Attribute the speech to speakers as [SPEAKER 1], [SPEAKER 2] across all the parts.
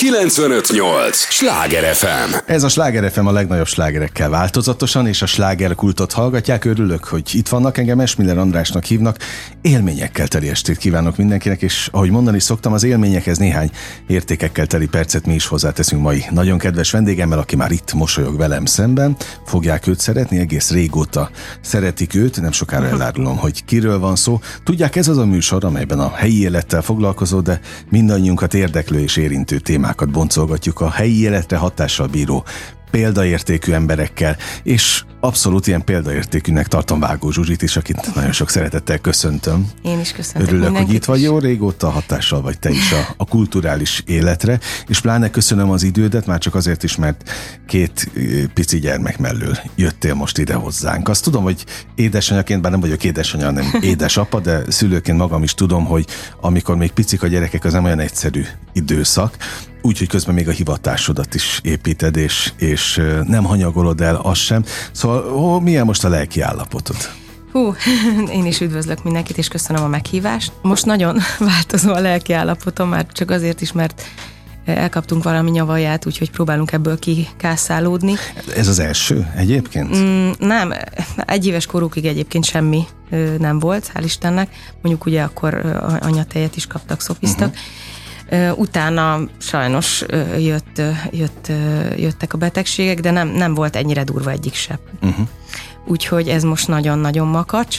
[SPEAKER 1] 95.8 Sláger FM.
[SPEAKER 2] Ez a Sláger FM a legnagyobb slágerekkel változatosan, és a slágerkultot hallgatják. Örülök, hogy itt vannak, engem Esmiller Andrásnak hívnak. Élményekkel teli estét kívánok mindenkinek, és ahogy mondani szoktam, az élményekhez néhány értékekkel teli percet mi is hozzáteszünk mai nagyon kedves vendégemmel, aki már itt mosolyog velem szemben. Fogják őt szeretni, egész régóta szeretik őt, nem sokára elárulom, hogy kiről van szó. Tudják, ez az a műsor, amelyben a helyi élettel foglalkozó, de mindannyiunkat érdeklő és érintő témákat boncolgatjuk a helyi életre hatással bíró példaértékű emberekkel, és abszolút ilyen példaértékűnek tartom Vágó Zsuzsit is, akit nagyon sok szeretettel köszöntöm.
[SPEAKER 3] Én is köszöntök.
[SPEAKER 2] Örülök, hogy itt vagy, jó régóta hatással vagy te is a kulturális életre, és pláne köszönöm az idődet, már csak azért is, mert két pici gyermek mellől jöttél most ide hozzánk. Azt tudom, hogy édesanyaként, bár nem vagyok édesanya, hanem édesapa, de szülőként magam is tudom, hogy amikor még picik a gyerekek, az nem olyan egyszerű időszak, úgyhogy közben még a hivatásodat is építed, és nem hanyagolod el azt sem. Szóval milyen most a lelki állapotod?
[SPEAKER 3] Én is üdvözlök mindenkit, és köszönöm a meghívást. Most nagyon változó a lelki állapotom, már csak azért is, mert elkaptunk valami nyavaját, úgyhogy próbálunk ebből kikászálódni.
[SPEAKER 2] Ez az első egyébként?
[SPEAKER 3] Nem, 1 éves korukig egyébként semmi nem volt, hál' Istennek. Mondjuk ugye akkor anyatejet is kaptak, szopiztak. Utána sajnos jöttek a betegségek, de nem volt ennyire durva egyik sem. Úgyhogy ez most nagyon-nagyon makacs.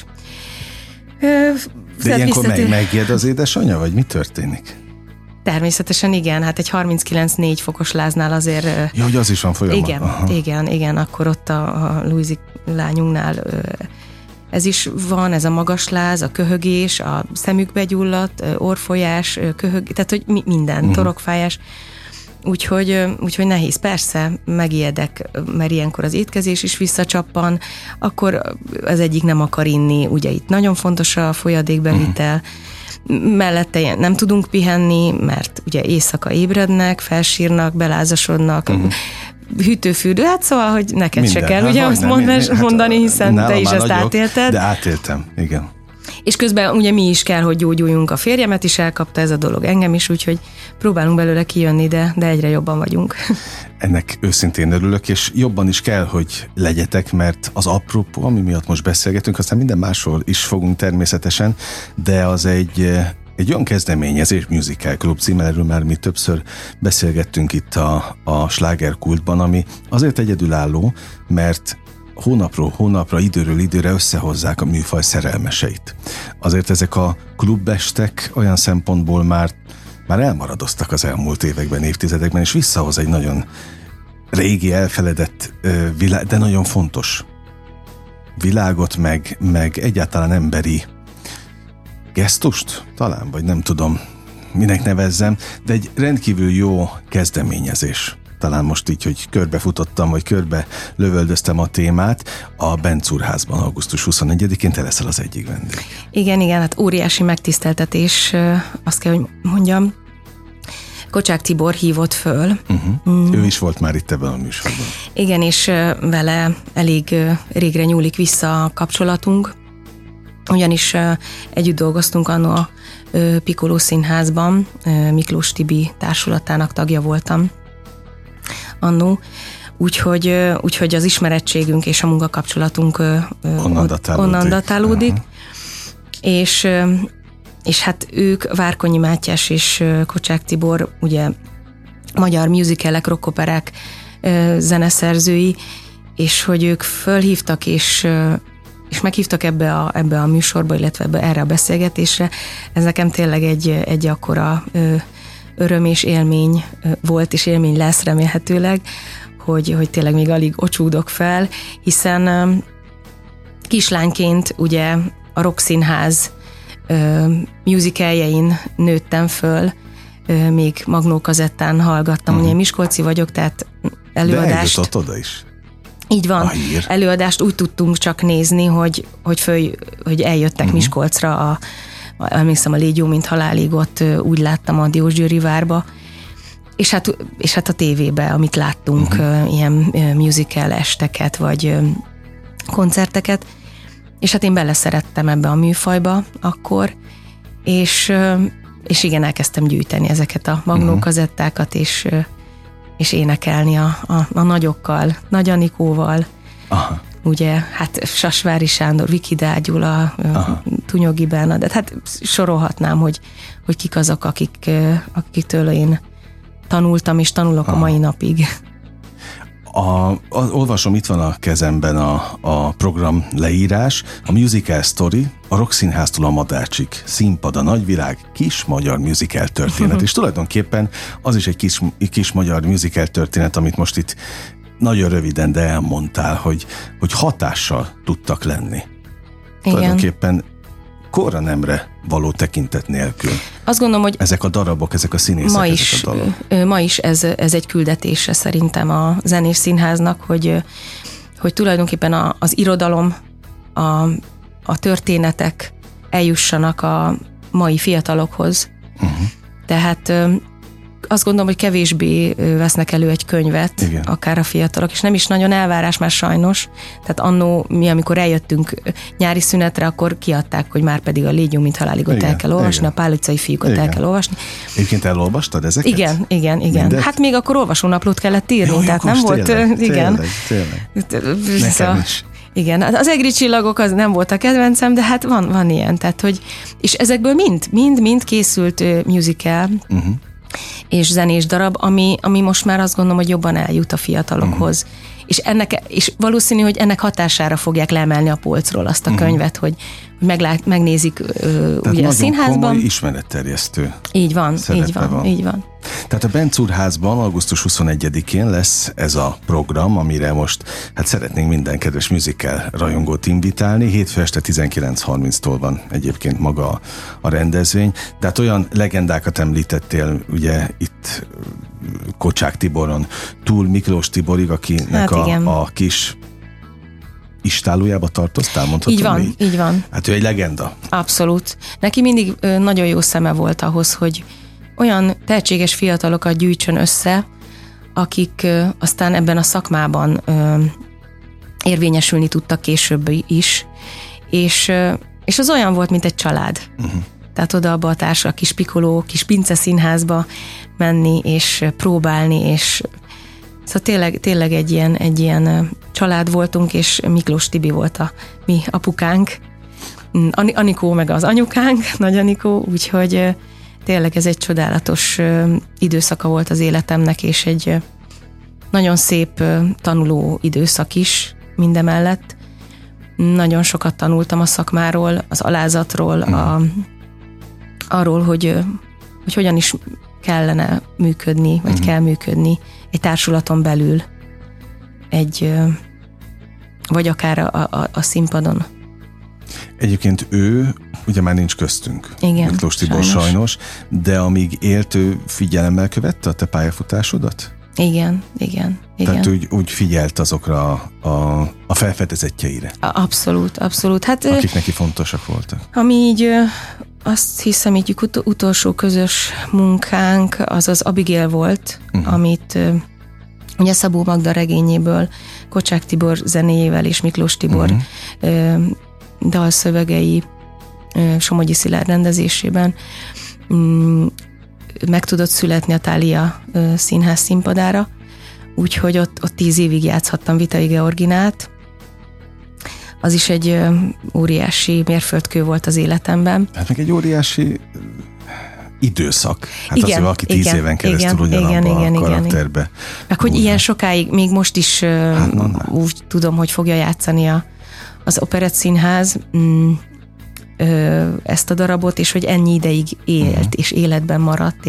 [SPEAKER 2] De ilyenkor megijed az édesanyja, vagy mi történik?
[SPEAKER 3] Természetesen igen, hát egy 39-4 fokos láznál azért...
[SPEAKER 2] Ja, hogy az is van folyamatban.
[SPEAKER 3] Igen, akkor ott a Luizi lányunknál ez is van, ez a magas láz, a köhögés, a szemükbe gyulladt, orrfolyás, tehát hogy minden, torokfájás. Úgyhogy nehéz, persze, megijedek, mert ilyenkor az étkezés is visszacsappan, akkor az egyik nem akar inni, ugye itt nagyon fontos a folyadékbevitel, mellette nem tudunk pihenni, mert ugye éjszaka ébrednek, felsírnak, belázasodnak, hűtőfürdő, hát szóval, hogy neked minden. Se kell ugye azt mondani, hiszen te is ezt átélted.
[SPEAKER 2] De átéltem, igen.
[SPEAKER 3] És közben ugye mi is kell, hogy gyógyuljunk, a férjemet is elkapta ez a dolog, engem is, úgyhogy próbálunk belőle kijönni, de egyre jobban vagyunk.
[SPEAKER 2] Ennek őszintén örülök, és jobban is kell, hogy legyetek, mert az apropó, ami miatt most beszélgetünk, aztán minden másról is fogunk természetesen, de az egy olyan kezdeményezés, Musical Club címmel, erről már mi többször beszélgettünk itt a slágerkultban, ami azért egyedülálló, mert hónapról hónapra, időről időre összehozzák a műfaj szerelmeseit. Azért ezek a klubestek olyan szempontból már elmaradoztak az elmúlt években, évtizedekben, és visszahoz egy nagyon régi, elfeledett világ, de nagyon fontos világot, meg egyáltalán emberi gesztust talán, vagy nem tudom, minek nevezzem, de egy rendkívül jó kezdeményezés. Talán most így, hogy körbefutottam, vagy körbe lövöldöztem a témát, a Bencúrházban augusztus 21-én te leszel az egyik vendég.
[SPEAKER 3] Igen, hát óriási megtiszteltetés, azt kell, hogy mondjam. Kocsák Tibor hívott föl.
[SPEAKER 2] Ő is volt már itt ebben a műsorban.
[SPEAKER 3] Igen, és vele elég régre nyúlik vissza a kapcsolatunk, ugyanis együtt dolgoztunk anno a Piccolo Színházban, Miklós Tibi társulatának tagja voltam annó, úgyhogy az ismerettségünk és a munkakapcsolatunk onnan datálódik. És hát ők, Várkonyi Mátyás és Kocsák Tibor, ugye magyar musicalek, rockoperák zeneszerzői, és hogy ők fölhívtak és meghívtak ebbe a műsorba, illetve erre a beszélgetésre. Ez nekem tényleg egy akkora öröm és élmény volt, és élmény lesz remélhetőleg, hogy tényleg még alig ocsúdok fel, hiszen kislányként ugye a Rockszínház musicaljein nőttem föl, még Magnó kazettán hallgattam, ugye miskolci vagyok, tehát előadást...
[SPEAKER 2] De eljutott oda is.
[SPEAKER 3] Így van, előadást úgy tudtunk csak nézni, hogy eljöttek Miskolcra, emlékszem a Légy jó, mint halálig, ott úgy láttam a Diósgyőri várba, és hát a tévébe, amit láttunk, ilyen musical esteket, vagy koncerteket, és hát én beleszerettem ebbe a műfajba akkor, és és igen, elkezdtem gyűjteni ezeket a magnókazettákat, és énekelni a nagyokkal, Nagy Anikóval,
[SPEAKER 2] Aha.
[SPEAKER 3] ugye, hát Sasvári Sándor, Viki Dágyula, Tunyogi Bernadett, hát sorolhatnám, hogy kik azok, akiktől én tanultam, és tanulok a mai napig.
[SPEAKER 2] Olvasom, itt van a kezemben a program leírás, a Musical Story, a Rockszínháztól a Madárcsig, színpad, a nagyvilág, kis magyar musical történet, és tulajdonképpen az is egy kis magyar musical történet, amit most itt nagyon röviden, de elmondtál, hogy hatással tudtak lenni.
[SPEAKER 3] Igen.
[SPEAKER 2] Tulajdonképpen korra nemre való tekintet nélkül.
[SPEAKER 3] Azt gondolom, hogy
[SPEAKER 2] ezek a darabok, ezek a színészek, ezek a dalok.
[SPEAKER 3] Ma is ez egy küldetése szerintem a Zenés Színháznak, hogy tulajdonképpen az irodalom, a történetek eljussanak a mai fiatalokhoz. Tehát azt gondolom, hogy kevésbé vesznek elő egy könyvet, igen, akár a fiatalok, és nem is nagyon elvárás már sajnos. Tehát annó mi, amikor eljöttünk nyári szünetre, akkor kiadták, hogy már pedig a Légyünk, mint haláligot el kell olvasni, igen, a Pál utcai fiúkat el kell olvasni.
[SPEAKER 2] Egyébként elolvastad ezeket?
[SPEAKER 3] Igen. Mindet? Hát még akkor olvasónaplót kellett írni, jó, tehát nem volt... Igen.
[SPEAKER 2] Tényleg. Nekem is.
[SPEAKER 3] Igen, az Egri csillagok az nem volt a kedvencem, de hát van ilyen, tehát hogy... És ezekből mind készült musical, és zenés darab, ami most már azt gondolom, hogy jobban eljut a fiatalokhoz. És valószínű, hogy ennek hatására fogják leemelni a polcról azt a könyvet, hogy megnézik ugye a színházban.
[SPEAKER 2] Komoly ismeretterjesztő.
[SPEAKER 3] Így van.
[SPEAKER 2] Tehát a Bencúrházban augusztus 21-én lesz ez a program, amire most szeretnénk minden kedves musical rajongót invitálni. Hétfő este 19:30-tól van egyébként maga a rendezvény. De hát olyan legendákat említettél, ugye itt Kocsák Tiboron túl Miklós Tiborig, akinek a kis istálójába tartoztál, mondhatom
[SPEAKER 3] így van.
[SPEAKER 2] Hát ő egy legenda.
[SPEAKER 3] Abszolút. Neki mindig nagyon jó szeme volt ahhoz, hogy olyan tehetséges fiatalokat gyűjtsön össze, akik aztán ebben a szakmában érvényesülni tudtak később is, és az olyan volt, mint egy család. Tehát oda-abba a társa, kis pikoló, kis pince színházba menni, és próbálni, és szóval tényleg egy ilyen család voltunk, és Miklós Tibi volt a mi apukánk, Anikó meg az anyukánk, Nagy Anikó, úgyhogy tényleg ez egy csodálatos időszaka volt az életemnek, és egy nagyon szép tanuló időszak is mindemellett. Nagyon sokat tanultam a szakmáról, az alázatról, arról, hogy hogyan is kellene működni, vagy kell működni egy társulaton belül, vagy akár a színpadon.
[SPEAKER 2] Egyébként ő ugye már nincs köztünk.
[SPEAKER 3] Igen,
[SPEAKER 2] Miklós Tibor sajnos, de amíg élt, ő figyelemmel követte a te pályafutásodat?
[SPEAKER 3] Igen.
[SPEAKER 2] Tehát úgy figyelt azokra a felfedezettjeire.
[SPEAKER 3] Abszolút. Hát,
[SPEAKER 2] akik neki fontosak voltak.
[SPEAKER 3] Ami így azt hiszem, így utolsó közös munkánk az Abigail volt, amit ugye Szabó Magda regényéből, Kocsák Tibor zenéjével és Miklós Tibor dalszövegei Somogyi Szilárd rendezésében meg tudott születni a Thália Színház színpadára, úgyhogy ott 10 évig játszhattam Vitai Georginát. Az is egy óriási mérföldkő volt az életemben.
[SPEAKER 2] Hát meg egy óriási időszak. Hát igen, azért valaki 10 éven keresztül ugyanabban a karakterbe.
[SPEAKER 3] Meg hogy ilyen sokáig, még most is úgy tudom, hogy fogja játszani az Operett Színház ezt a darabot, és hogy ennyi ideig élt, és életben maradt,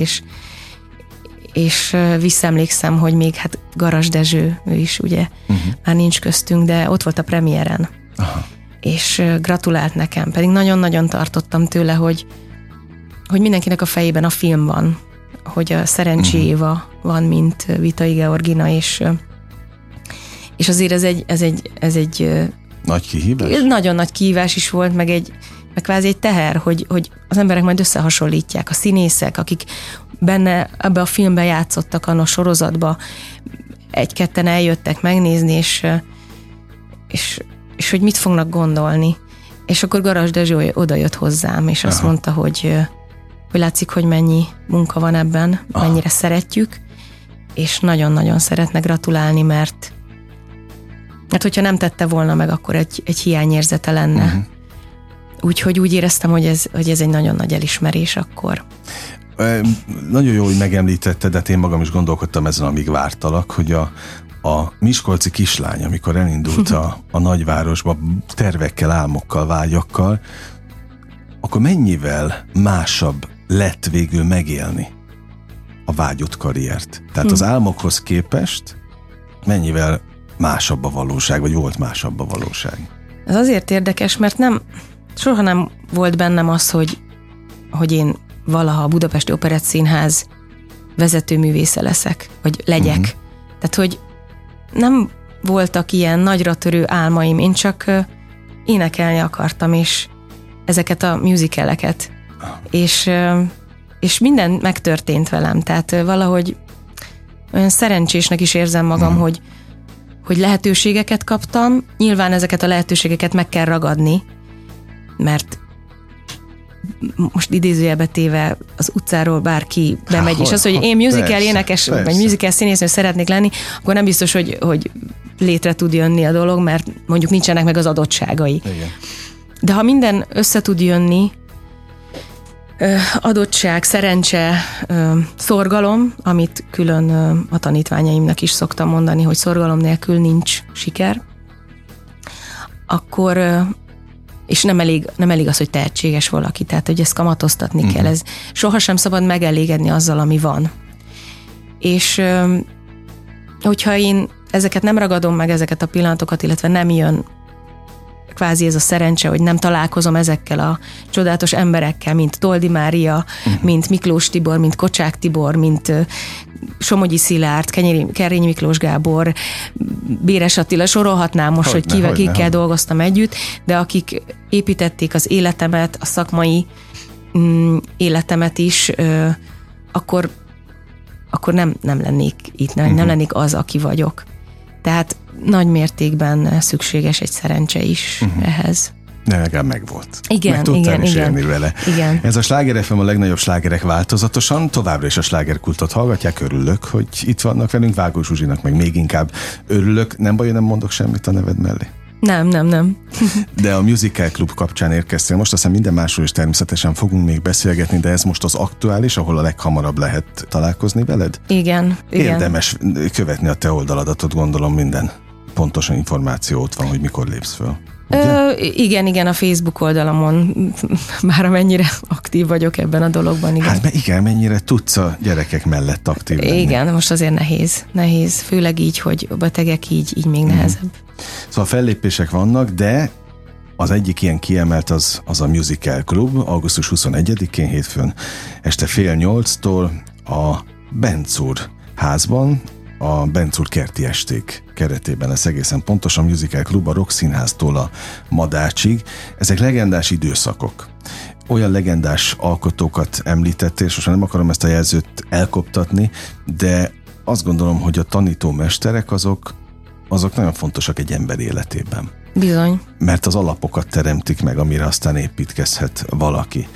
[SPEAKER 3] és visszaemlékszem, hogy még hát Garas Dezső, ő is ugye már nincs köztünk, de ott volt a premiéren. És gratulált nekem, pedig nagyon-nagyon tartottam tőle, hogy mindenkinek a fejében a film van, hogy a Szerencsi Éva van, mint Vitai Georgina, és azért ez egy
[SPEAKER 2] nagy kihívás?
[SPEAKER 3] Nagyon nagy kihívás is volt, meg kvázi egy teher, hogy az emberek majd összehasonlítják, a színészek, akik ebbe a filmbe játszottak, a sorozatba, egy-ketten eljöttek megnézni, és hogy mit fognak gondolni. És akkor Garas Dezső oda jött hozzám, és azt mondta, hogy látszik, hogy mennyi munka van ebben, mennyire szeretjük, és nagyon-nagyon szeretne gratulálni, mert hogyha nem tette volna meg, akkor egy hiányérzete lenne. Úgyhogy úgy éreztem, hogy ez egy nagyon nagy elismerés akkor.
[SPEAKER 2] Nagyon jó, hogy megemlítetted, de én magam is gondolkodtam ezen, amíg vártalak, hogy a miskolci kislány, amikor elindult a nagyvárosba tervekkel, álmokkal, vágyakkal, akkor mennyivel másabb lett végül megélni a vágyott karriert? Tehát az álmokhoz képest mennyivel másabb a valóság, vagy volt másabb a valóság?
[SPEAKER 3] Ez azért érdekes, mert soha nem volt bennem az, hogy én valaha a Budapesti Operettszínház vezetőművésze leszek, vagy legyek. Tehát, hogy nem voltak ilyen nagyra törő álmaim, én csak énekelni akartam, és ezeket a musicaleket. És minden megtörtént velem, tehát valahogy olyan szerencsésnek is érzem magam, hogy lehetőségeket kaptam. Nyilván ezeket a lehetőségeket meg kell ragadni, mert most idézőjelbe téve az utcáról bárki bemegy, és az, hogy én musical énekes, vagy musical színésznő szeretnék lenni, akkor nem biztos, hogy létre tud jönni a dolog, mert mondjuk nincsenek meg az adottságai.
[SPEAKER 2] Igen.
[SPEAKER 3] De ha minden össze tud jönni, adottság, szerencse, szorgalom, amit külön a tanítványaimnak is szoktam mondani, hogy szorgalom nélkül nincs siker, akkor és nem elég az, hogy tehetséges valaki, tehát hogy ezt kamatoztatni kell. Ez sohasem szabad megelégedni azzal, ami van. És hogyha én ezeket nem ragadom meg, ezeket a pillanatokat, illetve nem jön kvázi ez a szerencse, hogy nem találkozom ezekkel a csodálatos emberekkel, mint Toldi Mária, mint Miklós Tibor, mint Kocsák Tibor, mint Somogyi Szilárd, Kerényi Miklós Gábor, Béres Attila, sorolhatnám most, hogy kikkel dolgoztam együtt, de akik építették az életemet, a szakmai életemet is, akkor nem lennék itt, nem lennék az, aki vagyok. Tehát nagy mértékben szükséges egy szerencse is ehhez.
[SPEAKER 2] De legalább megvolt.
[SPEAKER 3] Igen,
[SPEAKER 2] meg tudtál is élni vele.
[SPEAKER 3] Igen.
[SPEAKER 2] Ez a Sláger FM, a legnagyobb slágerek változatosan, továbbra is a slágerkultot hallgatják, örülök, hogy itt vannak velünk, Vágó Zsuzsinak meg még inkább örülök. Nem baj, nem mondok semmit a neved mellé?
[SPEAKER 3] Nem.
[SPEAKER 2] De a Musical Club kapcsán érkeztél most, aztán minden másról is természetesen fogunk még beszélgetni, de ez most az aktuális, ahol a leghamarabb lehet találkozni veled?
[SPEAKER 3] Igen.
[SPEAKER 2] Érdemes követni a te oldaladat, gondolom minden pontosan információ ott van, hogy mikor lépsz föl.
[SPEAKER 3] Igen, a Facebook oldalamon már amennyire aktív vagyok ebben a dologban. Igen.
[SPEAKER 2] Hát igen, mennyire tudsz a gyerekek mellett aktív lenni.
[SPEAKER 3] Igen, most azért nehéz. Főleg így, hogy betegek, így még nehezebb.
[SPEAKER 2] Szóval fellépések vannak, de az egyik ilyen kiemelt az a Musical Club, augusztus 21-én hétfőn este 7:30-tól a Bencúr házban, a Bencúr kerti esték keretében lesz egészen pontos, a Musical Club a Rock Színháztól a Madácsig. Ezek legendás időszakok. Olyan legendás alkotókat említettél, és most nem akarom ezt a jelzőt elkoptatni, de azt gondolom, hogy a tanítómesterek azok nagyon fontosak egy ember életében.
[SPEAKER 3] Bizony.
[SPEAKER 2] Mert az alapokat teremtik meg, amire aztán építkezhet valaki.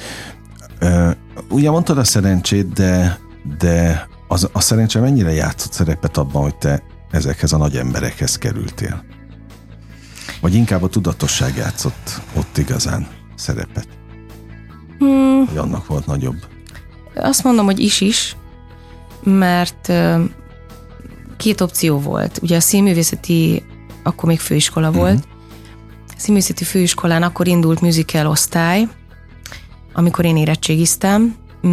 [SPEAKER 2] Ugye mondtad a szerencsét, de a szerencse mennyire játszott szerepet abban, hogy te ezekhez a nagy emberekhez kerültél? Vagy inkább a tudatosság játszott ott igazán szerepet? Vagy annak volt nagyobb?
[SPEAKER 3] Azt mondom, hogy is, mert két opció volt. Ugye a színművészeti, akkor még főiskola volt. A színművészeti főiskolán akkor indult musical osztály, amikor én érettségiztem.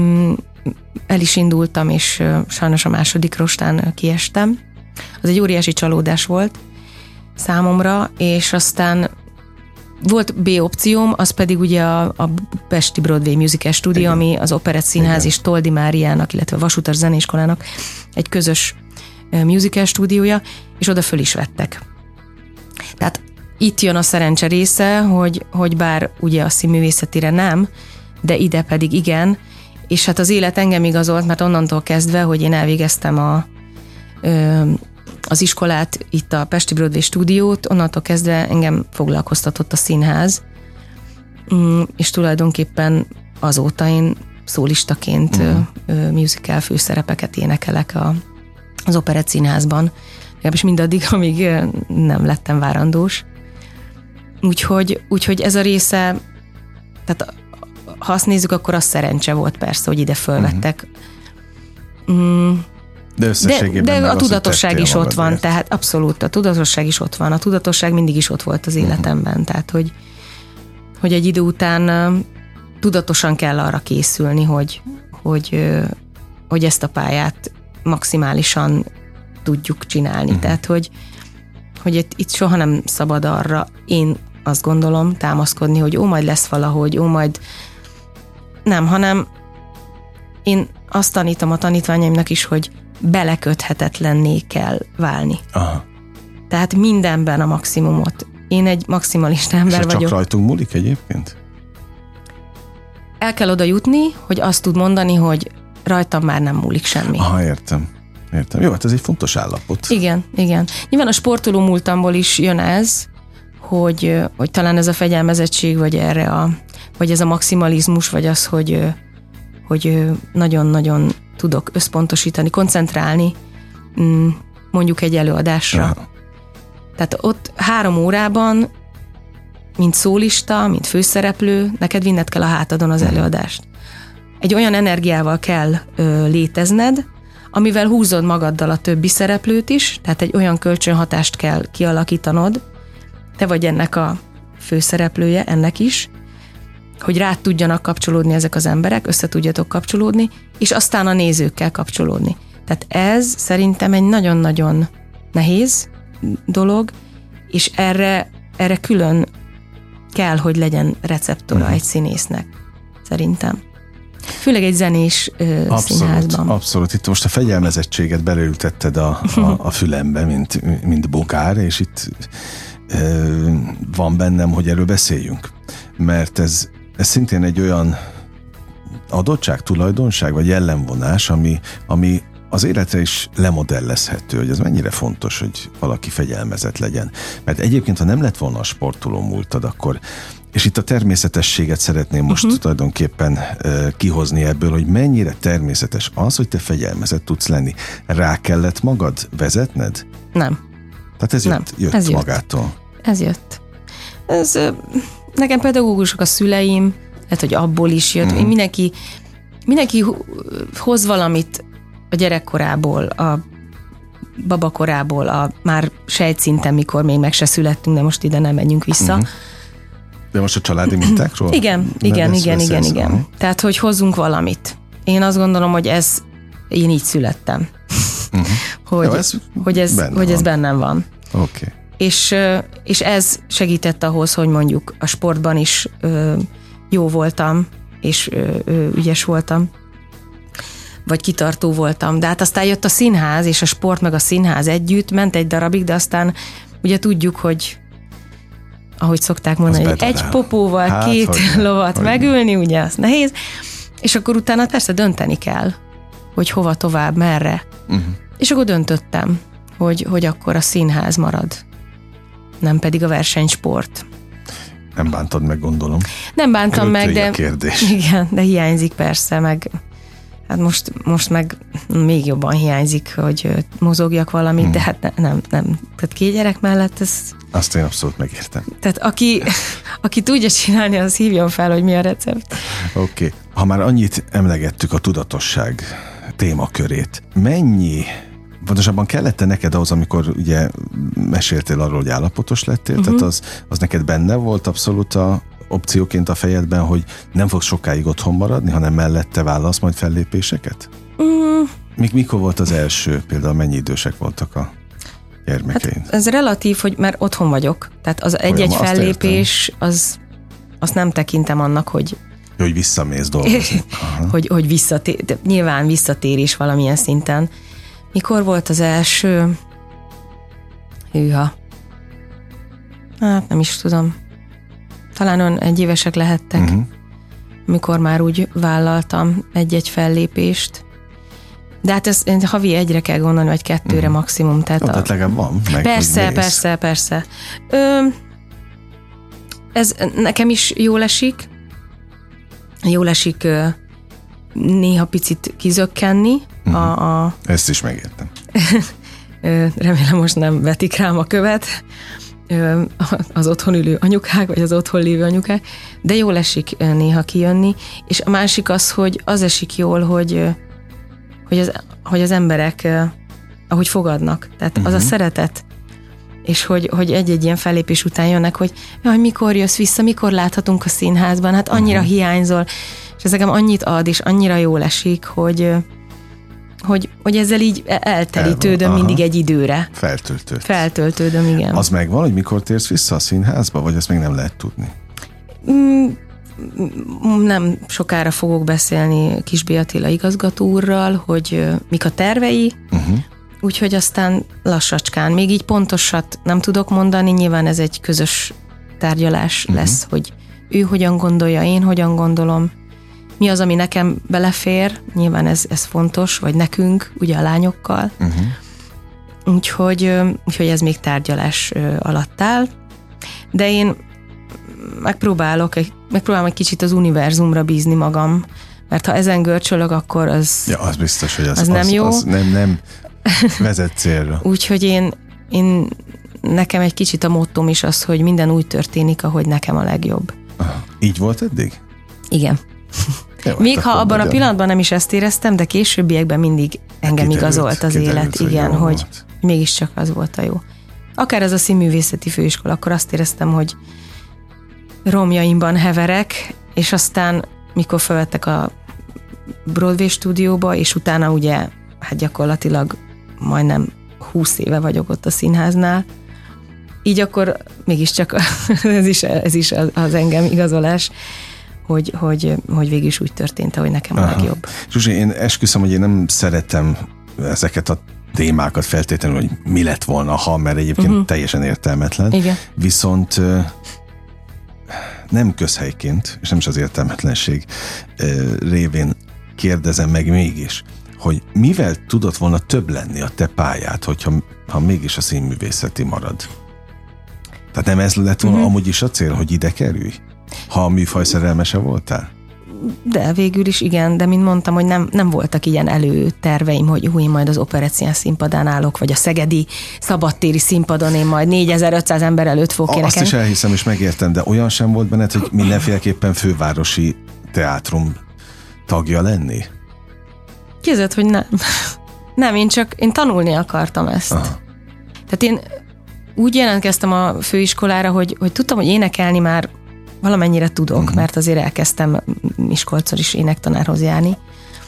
[SPEAKER 3] El is indultam, és sajnos a második rostán kiestem. Az egy óriási csalódás volt számomra, és aztán volt B opcióm, az pedig ugye a Pesti Broadway Musical Studio, ami az Operettszínház és Toldi Máriának, illetve a Vasutas Zeneiskolának egy közös musical stúdiója, és oda föl is vettek. Tehát itt jön a szerencse része, hogy bár ugye a színművészetire nem, de ide pedig igen, és hát az élet engem igazolt, mert onnantól kezdve, hogy én elvégeztem az iskolát, itt a Pesti Broadway stúdiót, onnantól kezdve engem foglalkoztatott a színház, és tulajdonképpen azóta én szólistaként musical főszerepeket énekelek az Operett Színházban, legalábbis mindaddig, amíg nem lettem várandós. Úgyhogy ez a része, tehát ha azt nézzük, akkor az szerencse volt persze, hogy ide fölvettek. De a tudatosság is ott van, tehát abszolút, a tudatosság is ott van. A tudatosság mindig is ott volt az életemben, tehát hogy egy idő után tudatosan kell arra készülni, hogy ezt a pályát maximálisan tudjuk csinálni. Tehát, hogy itt soha nem szabad arra, én azt gondolom, támaszkodni, hogy majd lesz valahogy, majd nem, hanem én azt tanítom a tanítványaimnak is, hogy beleköthetetlenné kell válni. Aha. Tehát mindenben a maximumot. Én egy maximalista ember vagyok.
[SPEAKER 2] És csak rajtunk múlik egyébként?
[SPEAKER 3] El kell oda jutni, hogy azt tud mondani, hogy rajtam már nem múlik semmi.
[SPEAKER 2] Aha, értem. Jó, hát ez egy fontos állapot.
[SPEAKER 3] Igen. Nyilván a sportoló múltamból is jön ez, hogy talán ez a fegyelmezettség, vagy ez a maximalizmus, vagy az, hogy nagyon-nagyon tudok összpontosítani, koncentrálni mondjuk egy előadásra. Ja. Tehát ott 3 órában, mint szólista, mint főszereplő, neked vinned kell a hátadon az előadást. Egy olyan energiával kell létezned, amivel húzod magaddal a többi szereplőt is, tehát egy olyan kölcsönhatást kell kialakítanod, te vagy ennek a főszereplője, ennek is, hogy rád tudjanak kapcsolódni ezek az emberek, össze tudjatok kapcsolódni, és aztán a nézőkkel kapcsolódni. Tehát ez szerintem egy nagyon-nagyon nehéz dolog, és erre külön kell, hogy legyen receptora egy színésznek, szerintem. Főleg egy zenés színházban.
[SPEAKER 2] Abszolút. Itt most a fegyelmezettséget beleültetted a fülembe, mint bokár, és itt van bennem, hogy erről beszéljünk. Mert ez szintén egy olyan adottság, tulajdonság, vagy jellemvonás, ami az életre is lemodellezhető, hogy ez mennyire fontos, hogy valaki fegyelmezett legyen. Mert egyébként, ha nem lett volna a sportoló múltad, akkor, és itt a természetességet szeretném most tulajdonképpen kihozni ebből, hogy mennyire természetes az, hogy te fegyelmezett tudsz lenni. Rá kellett magad vezetned?
[SPEAKER 3] Nem.
[SPEAKER 2] Tehát ez jött magától?
[SPEAKER 3] Ez jött. Nekem pedagógusok a szüleim, lehet, hogy abból is jött. Mindenki hoz valamit a gyerekkorából, a babakorából, a már sejtszinten, mikor még meg se születtünk, de most ide nem menjünk vissza.
[SPEAKER 2] De most a családi mintákról?
[SPEAKER 3] Igen. Tehát, hogy hozzunk valamit. Én azt gondolom, hogy én így születtem. Hogy ez bennem van.
[SPEAKER 2] Oké.
[SPEAKER 3] És ez segített ahhoz, hogy mondjuk a sportban is jó voltam, és ügyes voltam, vagy kitartó voltam. De hát aztán jött a színház, és a sport meg a színház együtt, ment egy darabig, de aztán ugye tudjuk, hogy ahogy szokták mondani, hogy egy popóval 2 lovat megülni, ugye az nehéz, és akkor utána persze dönteni kell, hogy hova tovább, merre. És akkor döntöttem, hogy akkor a színház marad, nem pedig a versenysport.
[SPEAKER 2] Nem bántad meg, gondolom.
[SPEAKER 3] Nem bántam meg, de
[SPEAKER 2] igen,
[SPEAKER 3] de hiányzik persze, meg hát most meg még jobban hiányzik, hogy mozogjak valamit, de hát nem. Tehát 2 gyerek mellett ez...
[SPEAKER 2] Azt én abszolút megértem.
[SPEAKER 3] Tehát aki tudja csinálni, az hívjon fel, hogy mi a recept.
[SPEAKER 2] Oké. Ha már annyit emlegettük a tudatosság témakörét, pontosabban kellett neked ahhoz, amikor ugye meséltél arról, hogy állapotos lettél, tehát az neked benne volt abszolút a opcióként a fejedben, hogy nem fogsz sokáig otthon maradni, hanem mellette válasz majd fellépéseket? Mikor volt az első, például mennyi idősek voltak a gyermekeid? Hát
[SPEAKER 3] ez relatív, hogy már otthon vagyok. Tehát az egy-egy fellépés, azt nem tekintem annak, hogy
[SPEAKER 2] visszamész dolgozni.
[SPEAKER 3] hogy visszatér, nyilván visszatérés valamilyen szinten. Mikor volt az első? Hűha. Hát nem is tudom. Talán olyan 1 évesek lehettek, amikor már úgy vállaltam egy-egy fellépést. De hát ezt havi 1-re kell gondolni, vagy 2-re maximum. Tehát
[SPEAKER 2] legalább van.
[SPEAKER 3] Persze. Ez nekem is jól esik. néha picit kizökkenni.
[SPEAKER 2] Ezt is megértem.
[SPEAKER 3] Remélem most nem vetik rám a követ az otthon ülő anyukák, vagy az otthon lévő anyukák, de jól esik néha kijönni, és a másik az, hogy az esik jól, hogy az emberek ahogy fogadnak, tehát az a szeretet, és hogy egy-egy ilyen fellépés után jönnek, hogy jaj, mikor jössz vissza, mikor láthatunk a színházban, hát annyira hiányzol, és ez nekem annyit ad, és annyira jól esik, hogy ezzel így eltelítődöm mindig egy időre. Feltöltődöm, igen.
[SPEAKER 2] Az megvan, hogy mikor térsz vissza a színházba, vagy ezt még nem lehet tudni?
[SPEAKER 3] Nem sokára fogok beszélni Kisbé Attila igazgató úrral, hogy mik a tervei, úgyhogy aztán lassacskán. Még így pontosat nem tudok mondani, nyilván ez egy közös tárgyalás lesz, hogy ő hogyan gondolja, én hogyan gondolom, mi az, ami nekem belefér, nyilván ez fontos, vagy nekünk, ugye a lányokkal. Úgyhogy ez még tárgyalás alatt áll. De én megpróbálom egy kicsit az univerzumra bízni magam, mert ha ezen görcsölök, akkor az...
[SPEAKER 2] Ja, az biztos, hogy az
[SPEAKER 3] nem jó.
[SPEAKER 2] Az nem vezet célra.
[SPEAKER 3] Úgyhogy nekem egy kicsit a mottom is az, hogy minden úgy történik, ahogy nekem a legjobb.
[SPEAKER 2] Aha. Így volt eddig?
[SPEAKER 3] Igen. Jó, még ha abban a pillanatban nem is ezt éreztem, de későbbiekben mindig engem igazolt az élet, igen, hogy mégiscsak az volt a jó. Akár ez a színművészeti főiskola, akkor azt éreztem, hogy romjaimban heverek, és aztán mikor felvettek a Broadway stúdióba, és utána ugye, hát gyakorlatilag majdnem 20 éve vagyok ott a színháznál, így akkor mégiscsak ez is az engem igazolás, hogy végül is úgy történt, hogy nekem a legjobb.
[SPEAKER 2] Zsuzsi, én esküszöm, hogy én nem szeretem ezeket a témákat feltétlenül, hogy mi lett volna, ha, mert egyébként teljesen értelmetlen.
[SPEAKER 3] Igen.
[SPEAKER 2] Viszont nem közhelyként, és nem is az értelmetlenség révén kérdezem meg mégis, hogy mivel tudott volna több lenni a te pályád, hogyha mégis a színművészeti marad? Tehát nem ez lett volna amúgy is a cél, hogy ide kerülj? Ha a műfaj szerelmese voltál?
[SPEAKER 3] De végül is igen, de mint mondtam, hogy nem voltak ilyen előterveim, hogy én majd az Operettszínház színpadán állok, vagy a szegedi szabadtéri színpadon én majd 4500 ember előtt fogok énekelni.
[SPEAKER 2] Azt is elhiszem, és megértem, de olyan sem volt benned, hogy mindenféleképpen fővárosi teátrum tagja lenni?
[SPEAKER 3] Képzeld, hogy nem. Nem, én tanulni akartam ezt.
[SPEAKER 2] Aha.
[SPEAKER 3] Tehát én úgy jelentkeztem a főiskolára, hogy tudtam, hogy énekelni már valamennyire tudok, mert azért elkezdtem Miskolcon is énektanárhoz járni.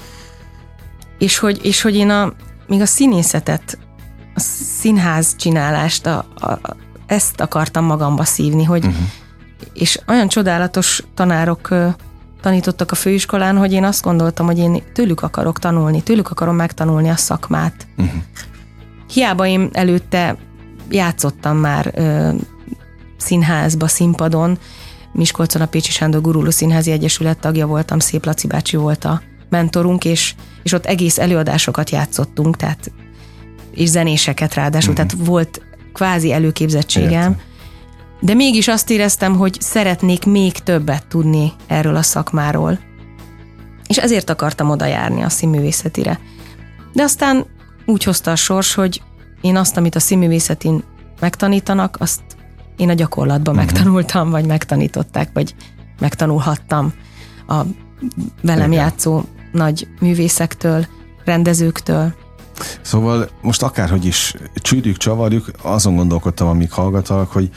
[SPEAKER 3] És hogy én még a színészetet, a színház csinálást, ezt akartam magamba szívni, hogy és olyan csodálatos tanárok tanítottak a főiskolán, hogy én azt gondoltam, hogy én tőlük akarok tanulni, tőlük akarom megtanulni a szakmát. Hiába én előtte játszottam már színházba, színpadon, Miskolcon a Pécsi Sándor Guruló Színházi Egyesület tagja voltam, Szép Laci bácsi volt a mentorunk, és ott egész előadásokat játszottunk, tehát, és zenéseket ráadásul, tehát volt kvázi előképzettségem, értem. De mégis azt éreztem, hogy szeretnék még többet tudni erről a szakmáról. És ezért akartam oda járni a színművészetire. De aztán úgy hozta a sors, hogy én azt, amit a színművészetén megtanítanak, azt én a gyakorlatban megtanultam, vagy megtanították, vagy megtanulhattam a velem játszó nagy művészektől, rendezőktől.
[SPEAKER 2] Szóval most akárhogy is csűrjük, csavarjuk, azon gondolkodtam, amíg hallgatalak, hogy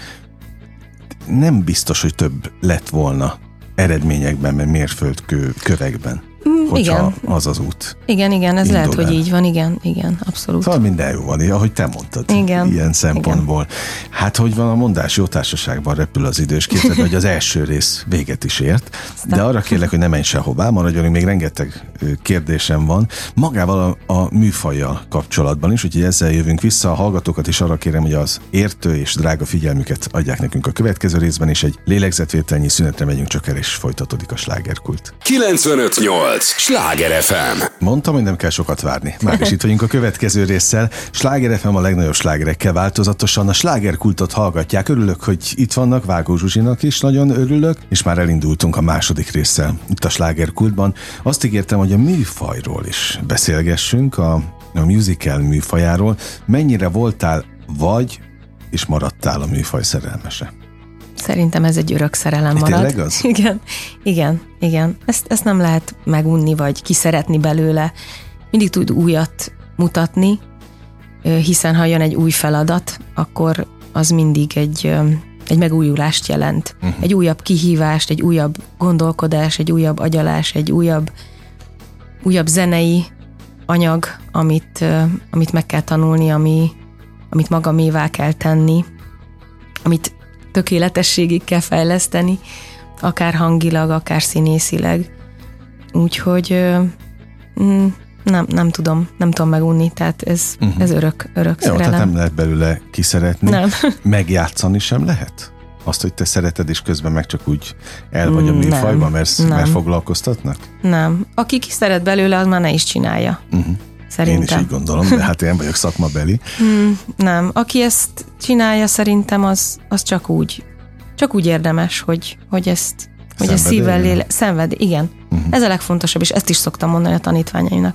[SPEAKER 2] nem biztos, hogy több lett volna eredményekben, mert mérföldkövekben, hogyha
[SPEAKER 3] igen.
[SPEAKER 2] Az az út.
[SPEAKER 3] Igen, ez lehet, hogy így van, igen, abszolút.
[SPEAKER 2] Szóval minden jó van, ahogy te mondtad,
[SPEAKER 3] igen.
[SPEAKER 2] Ilyen szempontból. Igen. Hát, hogy van a mondás, jó társaságban repül az idő, és képzeld, hogy az első rész véget is ért, de arra kérlek, hogy ne menj sehová, maradj velünk, még rengeteg kérdésem van. Magával a műfajjal kapcsolatban is, úgyhogy ezzel jövünk vissza. A hallgatókat is arra kérem, hogy az értő és drága figyelmüket adják nekünk a következő részben, és egy lélegzetvételnyi szünetre megyünk csak el, és folytatódik a slágerkult.
[SPEAKER 1] 95.8 98.8 Sláger FM.
[SPEAKER 2] Mondtam, hogy nem kell sokat várni. Már is itt vagyunk a következő résszel. Sláger FM a legnagyobb slágerekkel változatosan. A slágerkultot hallgatják. Örülök, hogy itt vannak. Vágó Zsuzsinak is nagyon örülök. És már elindultunk a második résszel itt a slágerkultban. Azt ígértem, hogy a műfajról is beszélgessünk, a musical műfajáról. Mennyire voltál vagy és maradtál a műfaj szerelmese?
[SPEAKER 3] Szerintem ez egy örök szerelem marad.
[SPEAKER 2] Tényleg az?
[SPEAKER 3] Igen. Ezt nem lehet megunni, vagy kiszeretni belőle. Mindig tud újat mutatni, hiszen ha jön egy új feladat, akkor az mindig egy megújulást jelent. Egy újabb kihívást, egy újabb gondolkodás, egy újabb agyalás, egy újabb zenei anyag, amit meg kell tanulni, amit magamévá kell tenni, amit tökéletességig kell fejleszteni, akár hangilag, akár színészileg. Úgyhogy nem tudom megunni, tehát ez örök szerelem.
[SPEAKER 2] Jó, tehát nem lehet belőle kiszeretni.
[SPEAKER 3] Nem.
[SPEAKER 2] Megjátszani sem lehet? Azt, hogy te szereted, és közben meg csak úgy el vagy a műfajban, mert foglalkoztatnak?
[SPEAKER 3] Nem. Aki kiszeret belőle, az már ne is csinálja. Szerintem.
[SPEAKER 2] Én is így gondolom, de hát én vagyok szakmabeli.
[SPEAKER 3] Nem. Aki ezt csinálja, szerintem az csak úgy érdemes, hogy ezt szívvel szenved. Igen. Ez a legfontosabb, és ezt is szoktam mondani a tanítványaimnak,